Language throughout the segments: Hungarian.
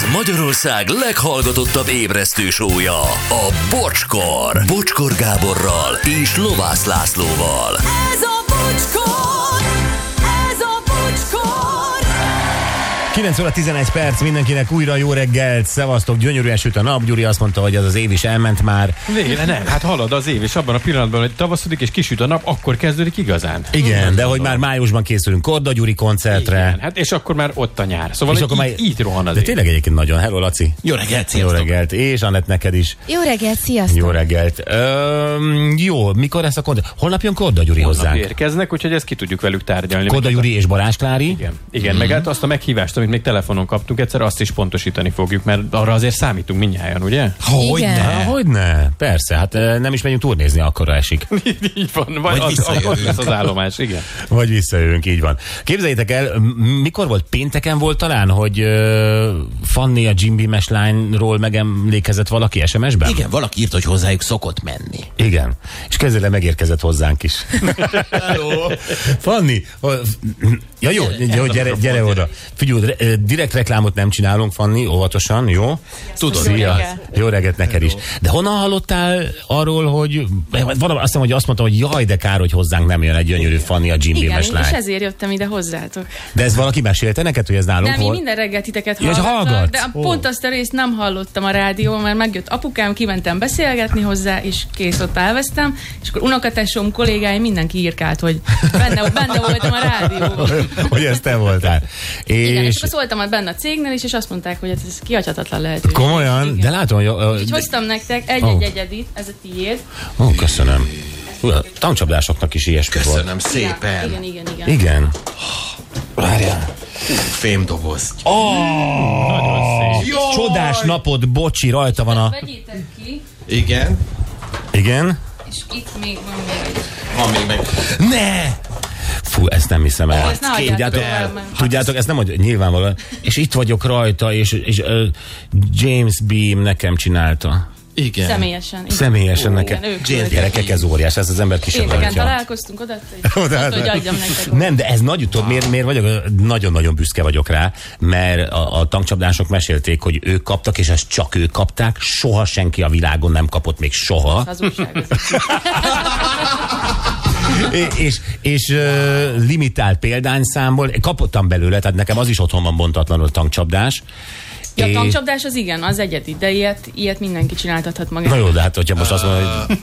Ez Magyarország leghallgatottabb ébresztő show-ja, a Bocskor. Bocskor Gáborral és Lovász Lászlóval. Ez a Bocskor! Ez a Bocskor! 9 óra 11 perc, mindenkinek újra jó reggelt, szevasztok, gyönyörűen süt a nap. Gyuri azt mondta, hogy az év is elment már. Végre nem, hát halad az év, és abban a pillanatban, hogy tavaszodik és kisüt a nap, akkor kezdődik igazán. Igen, de hogy már májusban készülünk Korda Gyuri koncertre. Igen, hát és akkor már ott a nyár. Szóval És akkor már így rohan az de év. tényleg egyébként nagyon. Hello, Laci. Jó reggelt, Jó sziasztok! reggelt, és Anett neked is. Jó reggelt, sziasztok! Jó reggelt. Jó, mikor lesz a koncert? Holnap jön Korda Gyuri Holnap hozzánk. érkeznek, úgyhogy ezt ki tudjuk velük tárgyalni. Korda Gyuri és Balázs Klári. Igen, meg hát azt a meghívást, amit még telefonon kaptunk, egyszer azt is pontosítani fogjuk, mert arra azért számítunk mindnyájan, ugye? Igen. Hogyne? Persze, hát nem is megyünk turnézni, akkora esik. Így van, Vagy ott visszajövünk. lesz az állomás, igen. Vagy visszajövünk, így van. Képzeljétek el, mikor volt? Pénteken volt talán, hogy Fanni a Jim Beam-es lányról megemlékezett valaki SMS-ben? Igen, valaki írt, hogy hozzájuk szokott menni. Igen. És kezdőleg megérkezett hozzánk is. Hello. Fanni! Ja jó, gyere oda. Figyelj, direkt reklámot nem csinálunk, Fanni, óvatosan, jó? Tudod, Szia. Jó reggelt neked is. De honnan hallottál arról, hogy azt mondta, hogy jaj, de kár, hogy hozzánk nem jön egy gyönyörű Fanni a Jim Igen, Beam-es és lány. ezért jöttem ide hozzátok. De ez valaki mesélte neked, hogy ez nálunk Nem, én volt? minden reggel titeket Ja, hogy hallgattam, hallgatsz? de Ó. pont azt a részt nem hallottam a rádión, mert megjött apukám, kimentem beszélgetni hozzá, és kész, ott elvesztem, és akkor unokatesom, kollégáim, mindenki írkált, hogy benne voltam a rádióban. Hogy ez te voltál. Igen, és És akkor szóltam benne a cégnél is, és azt mondták, hogy ez kihagyhatatlan lehetőség. komolyan, Igen. de látom, hogy... Így hoztam nektek egy-egy egyedit, ez a tiéd. Ó, köszönöm. A tankcsapdásoknak is ilyesmi volt. Köszönöm szépen. Igen. Igen. Várjál. Fémdoboz. Nagyon szép. Csodás napod, bocsi, rajta van a... Vegyétek ki, Igen. Igen? és itt még van még egy. Van még meg. Ne! Fú, ezt nem hiszem el. Ezt ne adjátok el, mert- Tudjátok, ezt nem mondja, nyilvánvalóan. És itt vagyok rajta, és James Beam nekem csinálta. Igen. Személyesen. Igen. Személyesen nekem. Igen, ők James küldtek. Gyerekek, ez óriás, ezt az ember ki sem Pénteken tartja. találkoztunk, odaadta, hogy adjam nektek. Nem, de ez nagy, tudod, miért vagyok? Nagyon-nagyon büszke vagyok rá, mert a tankcsapdások mesélték, hogy ők kaptak, és ezt csak ők kapták, soha senki a világon nem kapott még soha. Hazugság. És limitált példányszámból kapottam belőle, tehát nekem az is otthon van bontatlanul tankcsapdás. Ja, a És- tankcsapdás az igen, az egyedi, de ilyet mindenki csináltathat Na magának. jó, de hát hogyha most azt mondom, hogy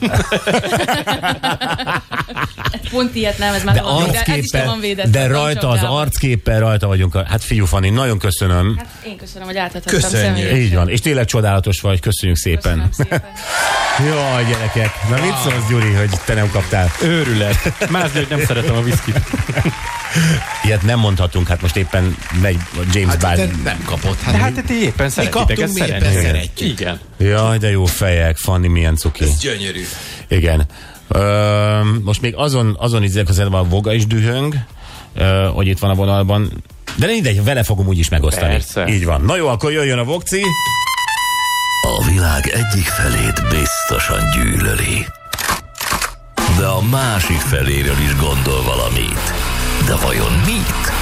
Pont ilyet nem, ez már de van, de ez is le van védett. de rajta az arcképpel rajta vagyunk. Hát figyú, Fanni, nagyon köszönöm. Hát én köszönöm, hogy átadhattam Köszönjük. személyesen. Így van, és tényleg csodálatos vagy, köszönjük szépen. Köszönöm szépen. Jaj, gyerekek, na mit szólsz, Gyuri, hogy te nem kaptál? Őrület. Mászni, hogy nem szeretem a viszkit. Ilyet nem mondhatunk, hát most éppen megy James Hát, de Bond. nem kapott. Hát De hát ti éppen szeretitek, kaptunk, ezt mi éppen szeretjük. szeretjük. Igen. Jaj, de jó fejek, Fanni, milyen cuki. ez gyönyörű. Igen. Most még azon izélek az a Voga is dühöng, hogy itt van a vonalban. De nem mindegy, vele fogom úgyis megosztani. Persze. Így van. Na jó, akkor jöjjön a Vogci. A világ egyik felét biztosan gyűlöli, de a másik feléről is gondol valamit. De vajon mit?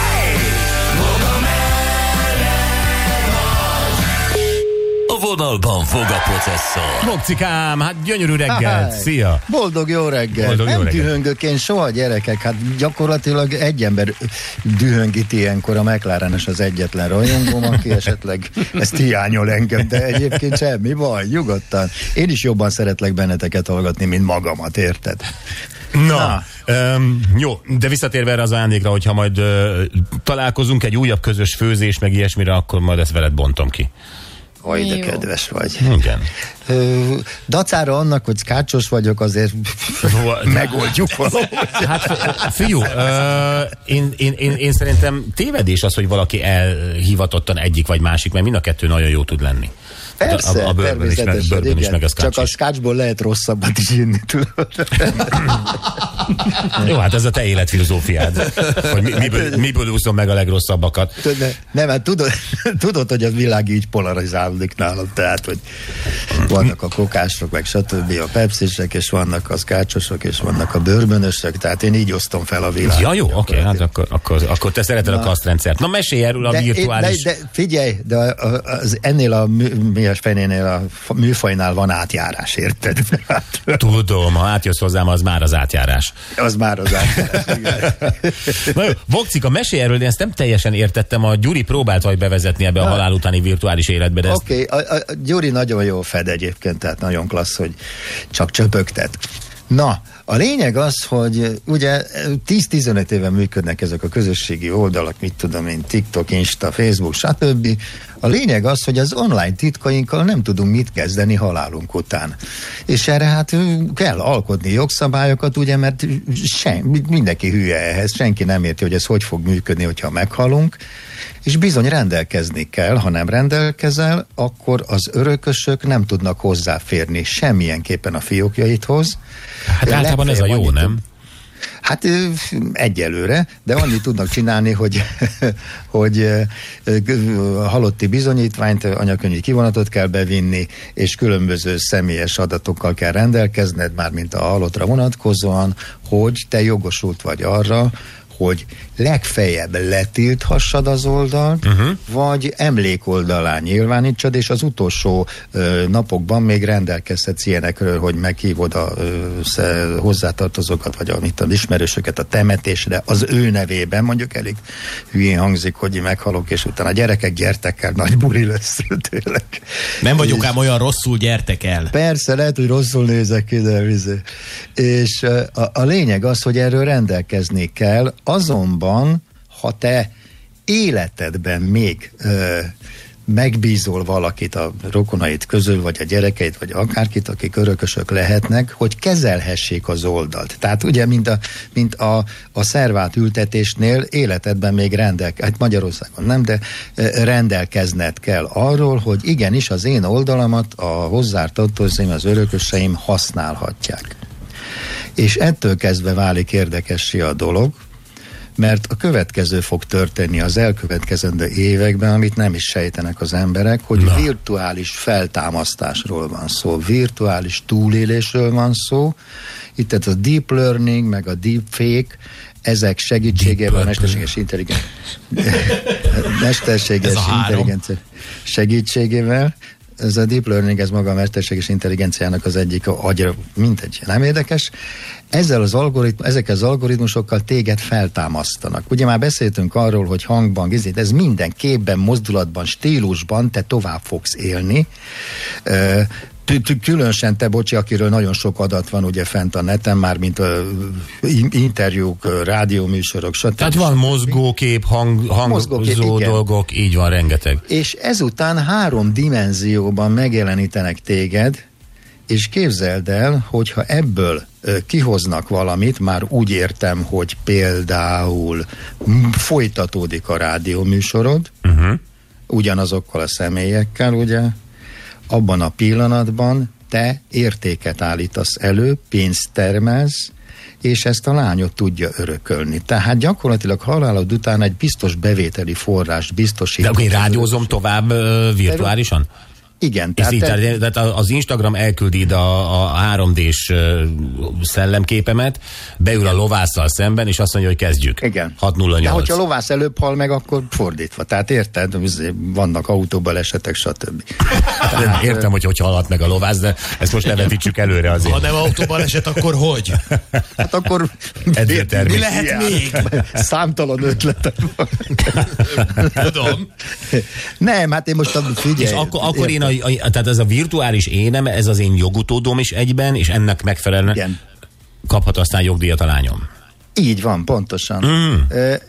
A vonalban fog a processzor. Vogcikám, hát gyönyörű reggelt. Szia. Boldog jó reggel. Boldog jó Nem reggelt. dühöngök én soha, gyerekek. Hát gyakorlatilag egy ember dühöngít ilyenkor, a McLarenes az egyetlen rajongóm, aki esetleg ezt hiányol engem, de egyébként semmi baj, nyugodtan. Én is jobban szeretlek benneteket hallgatni, mint magamat, érted? Na, jó, de visszatérve erre az ajándékra, hogyha majd találkozunk egy újabb közös főzés, meg ilyesmire, akkor majd ezt veled bontom ki. Oj, de Jó. kedves vagy. Igen. Dacára annak, hogy szkácsos vagyok, azért megoldjuk valahogy. Hát fiú, én szerintem tévedés az, hogy valaki elhivatottan egyik vagy másik, mert mind a kettő nagyon jó tud lenni. Persze, a bőrben is, természetesen, bőrben is meg a scotch csak a is. scotchból lehet rosszabbat is inni, tudod. Jó, hát ez a te életfilozófiád, hogy miből úszom meg a legrosszabbakat. Nem, hát tudod, hogy a világ így polarizálódik nálad, tehát, hogy vannak a kokások, meg stb. A pepsisek, és vannak a scotchosok, és vannak a bőrbönösök, tehát én így osztom fel a világot. Ja, jó, oké, hát akkor te szereted a kasztrendszert. Na, mesélj erről a virtuális... De figyelj, de ennél a fenénél a műfajnál van átjárás, érted? Tudom, ha átjössz hozzám, az már az átjárás. Az már az átjárás. Na jó, Vokcika, mesélj erről, én ezt nem teljesen értettem, a Gyuri próbált vagy bevezetni ebbe a halál utáni virtuális életbe, de Oké, a Gyuri nagyon jól fed egyébként, tehát nagyon klassz, hogy csak csöpögtet. Na, a lényeg az, hogy ugye 10-15 éve működnek ezek a közösségi oldalak, mit tudom én, TikTok, Insta, Facebook, stb. A lényeg az, hogy az online titkainkkal nem tudunk mit kezdeni halálunk után. És erre hát kell alkotni jogszabályokat, ugye, mert mindenki hülye ehhez, senki nem érti, hogy ez hogy fog működni, hogyha meghalunk, és bizony rendelkezni kell, ha nem rendelkezel, akkor az örökösök nem tudnak hozzáférni semmilyenképpen a fiókjaidhoz. hát általában ez a jó, nem? Hát egyelőre, de annyit tudnak csinálni, hogy halotti bizonyítványt, anyakönyvi kivonatot kell bevinni, és különböző személyes adatokkal kell rendelkezned, mármint a halottra vonatkozóan, hogy te jogosult vagy arra, hogy legfeljebb letilthassad az oldalt, vagy emlékoldalán nyilvánítsad, és az utolsó napokban még rendelkezhetsz ilyenekről, hogy meghívod a hozzátartozókat, vagy az ismerősöket a temetésre, az ő nevében, mondjuk elég hülyén hangzik, hogy meghalok, és utána gyerekek, gyertek el, nagy buri lesz tényleg. Nem vagyok ám olyan rosszul, gyertek el. Persze, lehet, hogy rosszul nézek ki, de és a lényeg az, hogy erről rendelkezni kell, azonban, ha te életedben még megbízol valakit a rokonaid közül, vagy a gyerekeid, vagy akárkit, akik örökösök lehetnek, hogy kezelhessék az oldalt. Tehát ugye, mint a szervát ültetésnél életedben még hát Magyarországon nem, de rendelkezned kell arról, hogy igenis az én oldalamat a hozzátartozóim, az örököseim használhatják. És ettől kezdve válik érdekessé a dolog, mert a következő fog történni az elkövetkezendő években, amit nem is sejtenek az emberek, hogy virtuális feltámasztásról van szó, virtuális túlélésről van szó. Itt tehát a deep learning, meg a deepfake, ezek segítségével, mesterséges intelligencia segítségével, ez a deep learning, ez maga a mesterséges intelligenciának az egyik agyra, mindegy, nem érdekes. Ezekkel az algoritmusokkal téged feltámasztanak. Ugye már beszéltünk arról, hogy hangban, ez minden képben, mozdulatban, stílusban te tovább fogsz élni. Különösen te, Bocsi, akiről nagyon sok adat van ugye fent a neten, már mint interjúk, rádióműsorok, stb. Tehát van mozgókép, hangzó dolgok, így van, rengeteg. És ezután 3 dimenzióban megjelenítenek téged, és képzeld el, hogyha ebből kihoznak valamit, már úgy értem, hogy például folytatódik a rádióműsorod, ugyanazokkal a személyekkel, ugye, abban a pillanatban te értéket állítasz elő, pénzt termelsz, és ezt a lányot tudja örökölni. Tehát gyakorlatilag halálod után egy biztos bevételi forrást biztosít. De akkor én rádiózom tovább virtuálisan? Igen. Tehát az Instagram elküldi ide a 3D-s szellemképemet, beül a lovásszal szemben, és azt mondja, hogy kezdjük. Igen. 608. De hogyha a lovász előbb hal meg, akkor fordítva. Tehát érted? Vannak autóbalesetek, stb. Tehát, értem, hogy halhat meg a lovász, de ezt most ne vetítsük előre azért. Ha nem autóbaleset, akkor hogy? Hát akkor mi lehet még? Számtalan ötletem van. Tudom. Nem, hát én most figyelj. És akkor én tehát ez a virtuális énem, ez az én jogutódom is egyben, és ennek megfelelően kaphat aztán jogdíjat a lányom. Így van, pontosan.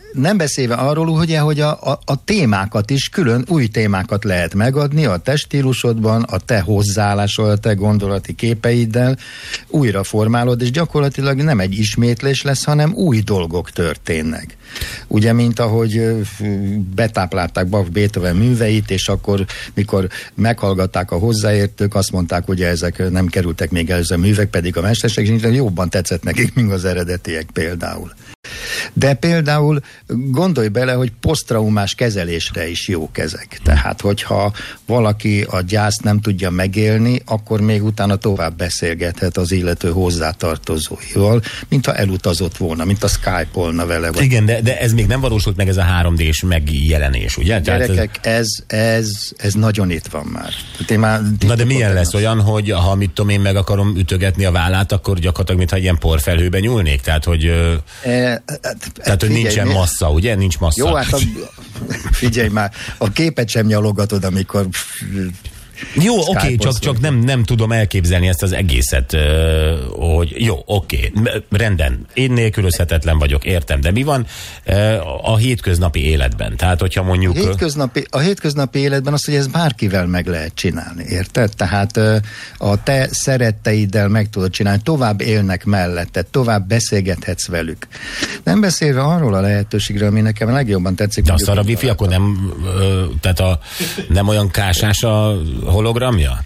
Nem beszélve arról, ugye, hogy a témákat is külön új témákat lehet megadni a te stílusodban, a te hozzáállásod, a te gondolati képeiddel, újra formálod, és gyakorlatilag nem egy ismétlés lesz, hanem új dolgok történnek. Ugye, mint ahogy betáplálták Bach Beethoven műveit, és akkor, mikor meghallgatták a hozzáértők, azt mondták, hogy ezek nem kerültek még el a művek, pedig a mesterségek jobban tetszett nekik, mint az eredetiek például. De például gondolj bele, hogy posztraumás kezelésre is jók ezek. Tehát, hogyha valaki a gyászt nem tudja megélni, akkor még utána tovább beszélgethet az illető hozzátartozóival, mintha elutazott volna, mint a Skype-olna vele. Vagy. Igen, de ez még nem valósult meg, ez a 3D-s megjelenés, ugye? Gyerekek, ez nagyon itt van már. Na de milyen lesz olyan, hogy ha mit tudom én meg akarom ütögetni a vállát, akkor gyakorlatilag mintha ilyen porfelhőben nyúlnék? Tehát, hogy... Tehát, hogy nincsen massza, ugye? Nincs massza. Jó, hát figyelj már, a képet sem nyalogatod, amikor... Jó, oké, csak nem tudom elképzelni ezt az egészet, hogy jó, oké, rendben, én nélkülözhetetlen vagyok, értem, de mi van a hétköznapi életben? Tehát, hogyha mondjuk... A hétköznapi életben az, hogy ez bárkivel meg lehet csinálni, érted? Tehát a te szeretteiddel meg tudod csinálni, tovább élnek mellette, tovább beszélgethetsz velük. Nem beszélve arról a lehetőségről, ami nekem legjobban tetszik. De a wifi akkor nem, tehát nem olyan kásás a hologramja?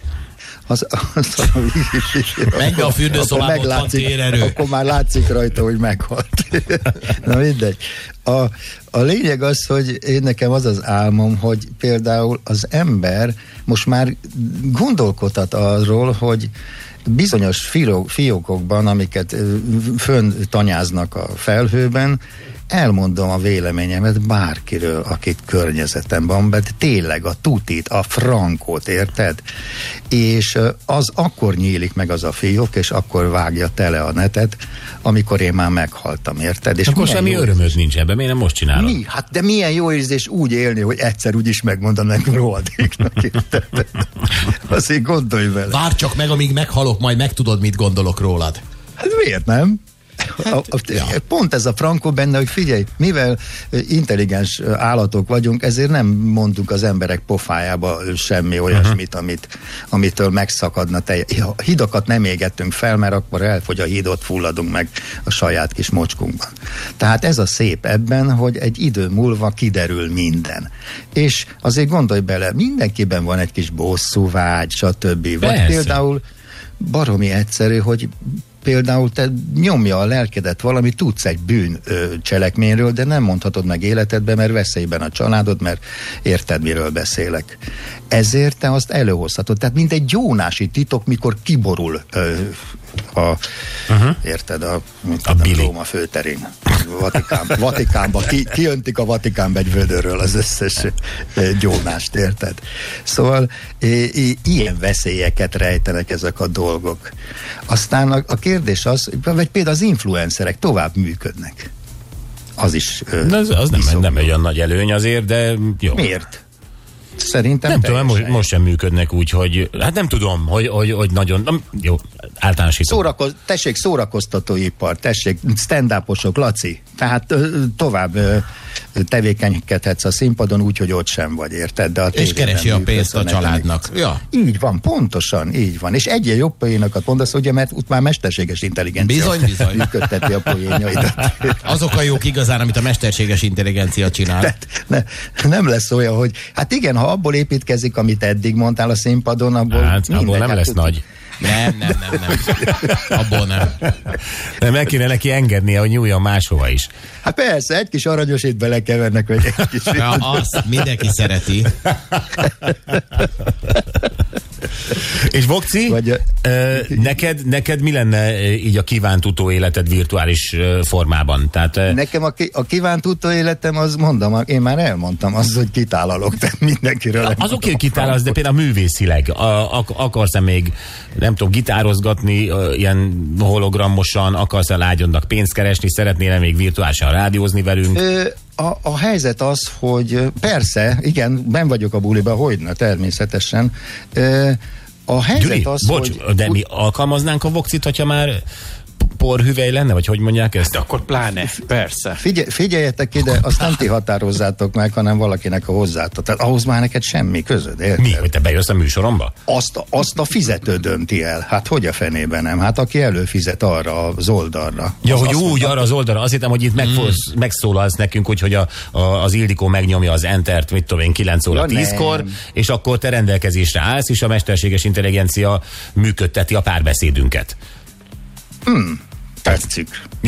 Menj be a fürdőszobába, ott van térerő. Akkor már látszik rajta, hogy meghalt. Na mindegy. A lényeg az, hogy én nekem az az álmom, hogy például az ember most már gondolkodhat arról, hogy bizonyos fiókokban, amiket fönn tanyáznak a felhőben, elmondom a véleményemet bárkiről, akit környezetemben van, tényleg a tutit, a frankot, érted? És az akkor nyílik meg az a fiók, és akkor vágja tele a netet, amikor én már meghaltam, érted? És akkor semmi örömöd nincs ebben, miért nem most csinálod? Mi? Hát de milyen jó érzés úgy élni, hogy egyszer úgyis megmondanak rohadéknak, érted? Azért gondolj vele. Várj csak meg, amíg meghalok, majd megtudod, mit gondolok rólad. Hát miért nem? Pont ez a frankó benne, hogy figyelj, mivel intelligens állatok vagyunk, ezért nem mondunk az emberek pofájába semmi olyasmit, amitől megszakadna hidakat nem égettünk fel, mert akkor elfogy a híd, ott fulladunk meg a saját kis mocskunkban. Tehát ez a szép ebben, hogy egy idő múlva kiderül minden. És azért gondolj bele, mindenkiben van egy kis bosszúvágy, stb. Vagy például baromi egyszerű, hogy például te nyomja a lelkedet valami, tudsz egy bűncselekményről, de nem mondhatod meg életedben, mert veszélyben a családod, mert érted, miről beszélek. Ezért te azt előhozhatod. Tehát mint egy gyónási titok, mikor kiborul érted, a Róma főterén, Vatikánba, kiöntik a Vatikánba egy vödörről az összes gyónást, érted? Szóval ilyen veszélyeket rejtenek ezek a dolgok. Aztán a kérdés az, vagy például az influencerek tovább működnek. Az is az nem olyan nagy előny azért, de jó. Miért? Szerintem nem tudom, most sem működnek úgy, hogy hát nem tudom, hogy nagyon jó, általánosítom. Tessék, szórakoztatóipar, tessék, stand-uposok, Laci, tehát tovább tevékenykedhetsz a színpadon úgy, hogy ott sem vagy, érted? De és keresi a pénzt a családnak. Ja. Így van, pontosan, így van. És egyre jobb poénokat mondasz, ugye, mert ott már mesterséges intelligencia bizony működteti a poénjaidat. Azok a jók igazán, amit a mesterséges intelligencia csinál. Nem lesz olyan, hogy hát igen, ha abból építkezik, amit eddig mondtál a színpadon, abból nem lesz nagy. Nem. Abból nem. De meg kéne neki engednie, hogy nyúljon máshova is. Hát persze, egy kis aranyosét belekevernek, vagy egy kis... Ja, azt mindenki szereti. És Vokci, neked mi lenne így a kívánt utóéleted virtuális formában? Tehát, nekem a kívánt utóéletem, az mondom, én már elmondtam, az, hogy kitálalok, tehát mindenkiről. Az oké, hogy kitálalsz, de például művészileg akarsz-e még, nem tudom, gitározgatni ilyen hologramosan, akarsz-e lágyodnak pénzt keresni, szeretnél még virtuálisan rádiózni velünk? A helyzet az, hogy persze, igen, benn vagyok a buliba, hogyne, természetesen. A helyzet Gyuri, az, bocs, hogy... de mi alkalmaznánk a Vokcit, hogyha már porhüvely lenne, vagy hogy mondják ezt? De akkor pláne, persze. Figyeljetek ide, azt nem ti határozzátok meg, hanem valakinek a hozzátok. Tehát ahhoz már neked semmi közöd, érted? Mi? Hogy te bejössz a műsoromba? Azt a fizető dönti el. Hát hogy a fenében nem? Hát aki előfizet arra az oldalra. Ja, hogy azt úgy arra az oldalra. Azt hittem, hogy itt megszólalsz nekünk, hogy az Ildikó megnyomja az Entert, mit tudom én, 9 óra 10-kor, és akkor te rendelkezésre állsz, és a mesterséges intelligencia működteti a párbeszédünket. Tetszik.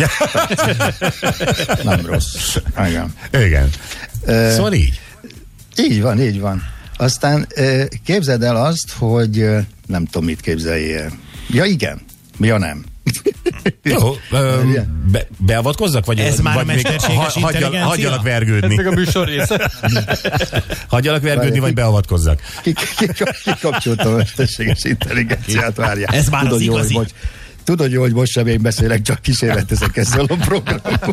Nem rossz. Igen. Szóval így. Így van. Aztán képzeld el azt, hogy nem tudom, mit képzeljél. Ja, igen. Ja, nem. Jó, beavatkozzak? Vagy, ez már vagy mesterséges intelligencia? Hagyjalak vergődni. Ez még a műsor része. Hagyjalak vergődni, vagy beavatkozzak? Kikapcsoltam a mesterséges intelligenciát, várjál. Ez már az igazi. Tudod jó, hogy most sem én beszélek, csak kísérletezek ezzel a programmal.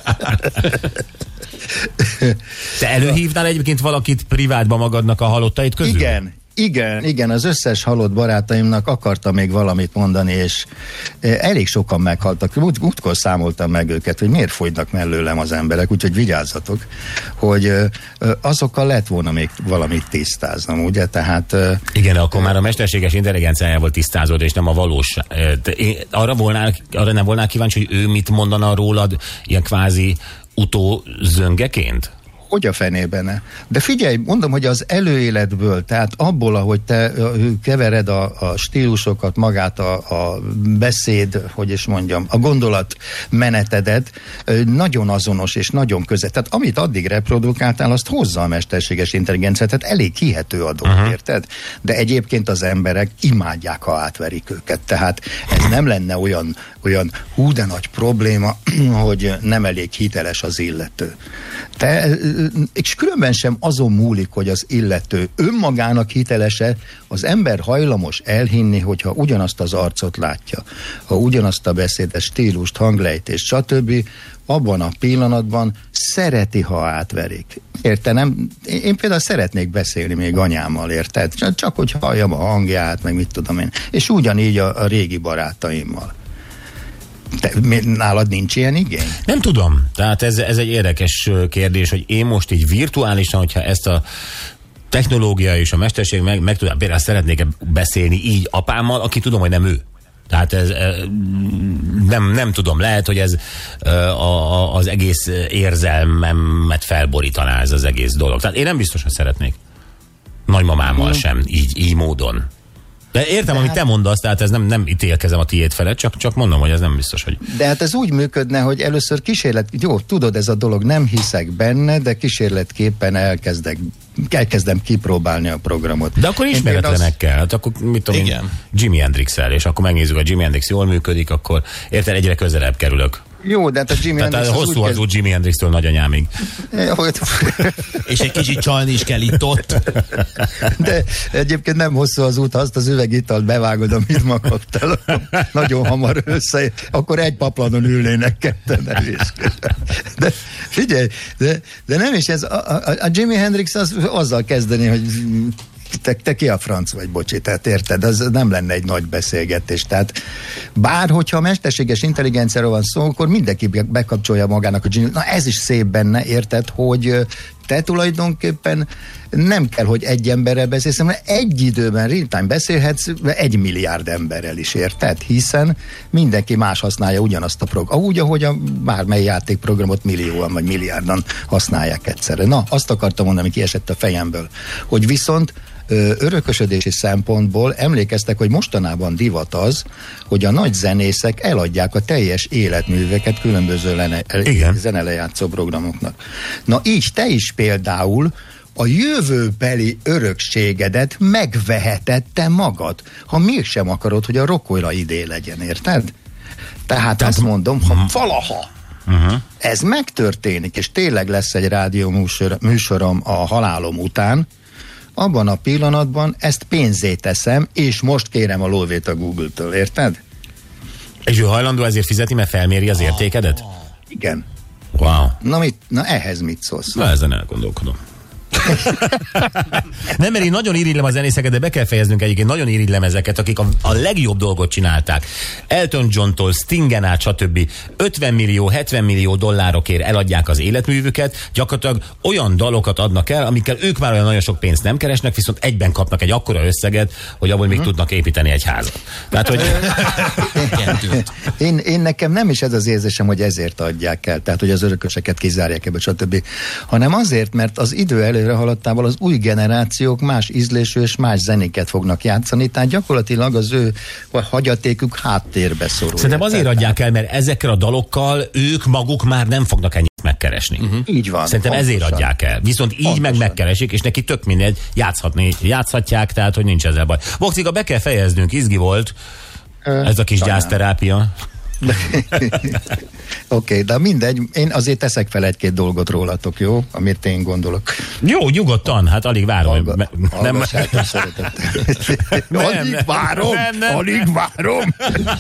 Te előhívnál egyébként valakit privátba magadnak a halottait közül? Igen, az összes halott barátaimnak akartam még valamit mondani, és elég sokan meghaltak. Útkor számoltam meg őket, hogy miért fogynak mellőlem az emberek, úgyhogy vigyázzatok, hogy azokkal lett volna még valamit tisztáznom, ugye? Tehát... Igen, akkor már a mesterséges intelligenciájával tisztázod, és nem a valós. Arra nem volnál kíváncsi, hogy ő mit mondana rólad ilyen kvázi utózöngeként? Hogy a fenében? De figyelj, mondom, hogy az előéletből, tehát abból, ahogy te kevered a stílusokat, magát a beszéd, hogy is mondjam, a gondolat menetedet, nagyon azonos és nagyon közel. Tehát amit addig reprodukáltál, azt hozza a mesterséges intelligencia, tehát elég hihető a dolog, érted? De egyébként az emberek imádják, ha átverik őket. Tehát ez nem lenne olyan hú de nagy probléma, hogy nem elég hiteles az illető. És különben sem azon múlik, hogy az illető önmagának hitelese, az ember hajlamos elhinni, hogyha ugyanazt az arcot látja, ha ugyanazt a beszédes stílust, hanglejtést, stb., abban a pillanatban szereti, ha átverik. Érted? Én például szeretnék beszélni még anyámmal, érted? Csak hogy halljam a hangját, meg mit tudom én. És ugyanígy a régi barátaimmal. Nálad nincs ilyen igény? Nem tudom. Tehát ez egy érdekes kérdés, hogy én most így virtuálisan, hogyha ezt a technológia és a mesterség meg tudom, például szeretnék beszélni így apámmal, aki tudom, hogy nem ő. Tehát ez nem tudom, lehet, hogy ez az egész érzelmemet felborítaná ez az egész dolog. Tehát én nem biztos, hogy szeretnék. Nagymamámmal sem, így módon. De értem, amit te mondasz, tehát ez nem ítélkezem a tiéd felett, csak mondom, hogy ez nem biztos, hogy... De hát ez úgy működne, hogy először jó, tudod, ez a dolog, nem hiszek benne, de kísérletképpen elkezdem kipróbálni a programot. De akkor ismeretlenek kell. Hát akkor mit tudom én, Jimi Hendrix-el, és akkor megnézzük, hogy Jimi Hendrix jól működik, akkor érted, egyre közelebb kerülök. Jó, de hát a Jimi Hendrix... Tehát hosszú az út Jimi Hendrix-től nagyanyámig. És egy kicsit csalni is kell itt-ott. De egyébként nem hosszú az út, ha azt az üvegitalt bevágod, amit ma kaptál. Nagyon hamar össze, akkor egy paplanon ülnének ketten. De figyelj, de nem is ez. A Jimi Hendrix azzal kezdeni, hogy te ki a franc vagy, bocsi, tehát érted, az nem lenne egy nagy beszélgetés, tehát bár hogyha a mesterséges intelligenciáról van szó, akkor mindenki bekapcsolja magának a Jimmy. Na ez is szép benne, érted, hogy te tulajdonképpen nem kell, hogy egy emberrel beszélsz, hanem egy időben real-time beszélhetsz 1 milliárd emberrel is, érted? Hiszen mindenki más használja ugyanazt a programot. Úgy, ahogy a bármely játékprogramot millióan vagy milliárdan használják egyszerre. Na, azt akartam mondani, kiesett a fejemből, hogy viszont örökösödési szempontból emlékeztek, hogy mostanában divat az, hogy a nagy zenészek eladják a teljes életműveket különböző zenelejátszó programoknak. Na így te is például a jövőbeli örökségedet megveheted te magad, ha mégsem akarod, hogy a rokolyra idé legyen, érted? Tehát azt mondom, ha valaha ez megtörténik, és tényleg lesz egy rádió műsorom a halálom után, abban a pillanatban ezt pénzé teszem, és most kérem a lóvét a Google-től, érted? És ő hajlandó ezért fizetni, mert felméri az értékedet? Igen. Wow. Na ehhez mit szólsz? Na, ezen elgondolkodom. Nem, mert én nagyon irigylem a zenészeket, de be kell fejeznünk egyébként, nagyon irigylem ezeket, akik a legjobb dolgot csinálták. Elton John-tól, Stingen át, stb. 50 millió, 70 millió dollárokért eladják az életművüket, gyakorlatilag olyan dalokat adnak el, amikkel ők már olyan nagyon sok pénzt nem keresnek, viszont egyben kapnak egy akkora összeget, hogy abból még tudnak építeni egy házat. Tehát, hogy... Én nekem nem is ez az érzésem, hogy ezért adják el, tehát hogy az örököseket kizárják ebből, stb. Hanem azért, mert az idő előre haladtával az új generációk más ízlésű és más zenéket fognak játszani, tehát gyakorlatilag az ő hagyatékuk háttérbe szorul. Szerintem azért adják el, mert ezekkel a dalokkal ők maguk már nem fognak ennyit megkeresni. Így van. Szerintem ezért adják el. Viszont így meg megkeresik, és neki tök mindegy, játszhatják, tehát hogy nincs ezzel baj. Boxika, be kell fejeznünk, izgi volt ez a kis gyászterápia. Oké, de mindegy, én azért teszek fel egy-két dolgot rólatok, jó? Amit én gondolok. Jó, nyugodtan, hát alig várom. Hallgassátok szeretettel. Alig várom.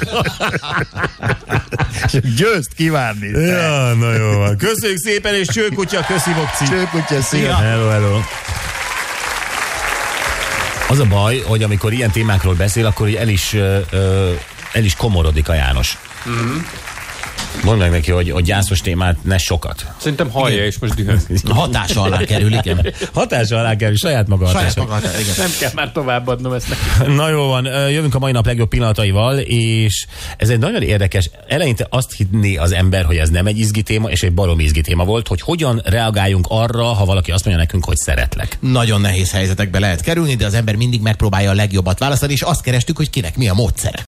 Győzt kívánni. Ja, na jó van. Köszönjük szépen, és csőkutya, köszi Vokci. Csőkutya, szia. Hello. Az a baj, hogy amikor ilyen témákról beszél, akkor el is komorodik a János. Mondd meg neki, hogy gyászos témát ne sokat. Szerintem hallja, és most dühöng. Hatása alá kerül, igen. Hatása alá kerül, saját maga hatása. Nem kell már továbbadnom ezt neki. Na jó van, jövünk a mai nap legjobb pillanataival, és ez egy nagyon érdekes, eleinte azt hinné az ember, hogy ez nem egy izgi téma, és egy baromi izgi téma volt, hogy hogyan reagáljunk arra, ha valaki azt mondja nekünk, hogy szeretlek. Nagyon nehéz helyzetekbe lehet kerülni, de az ember mindig megpróbálja a legjobbat választani, és azt kerestük, hogy kinek mi a módszere.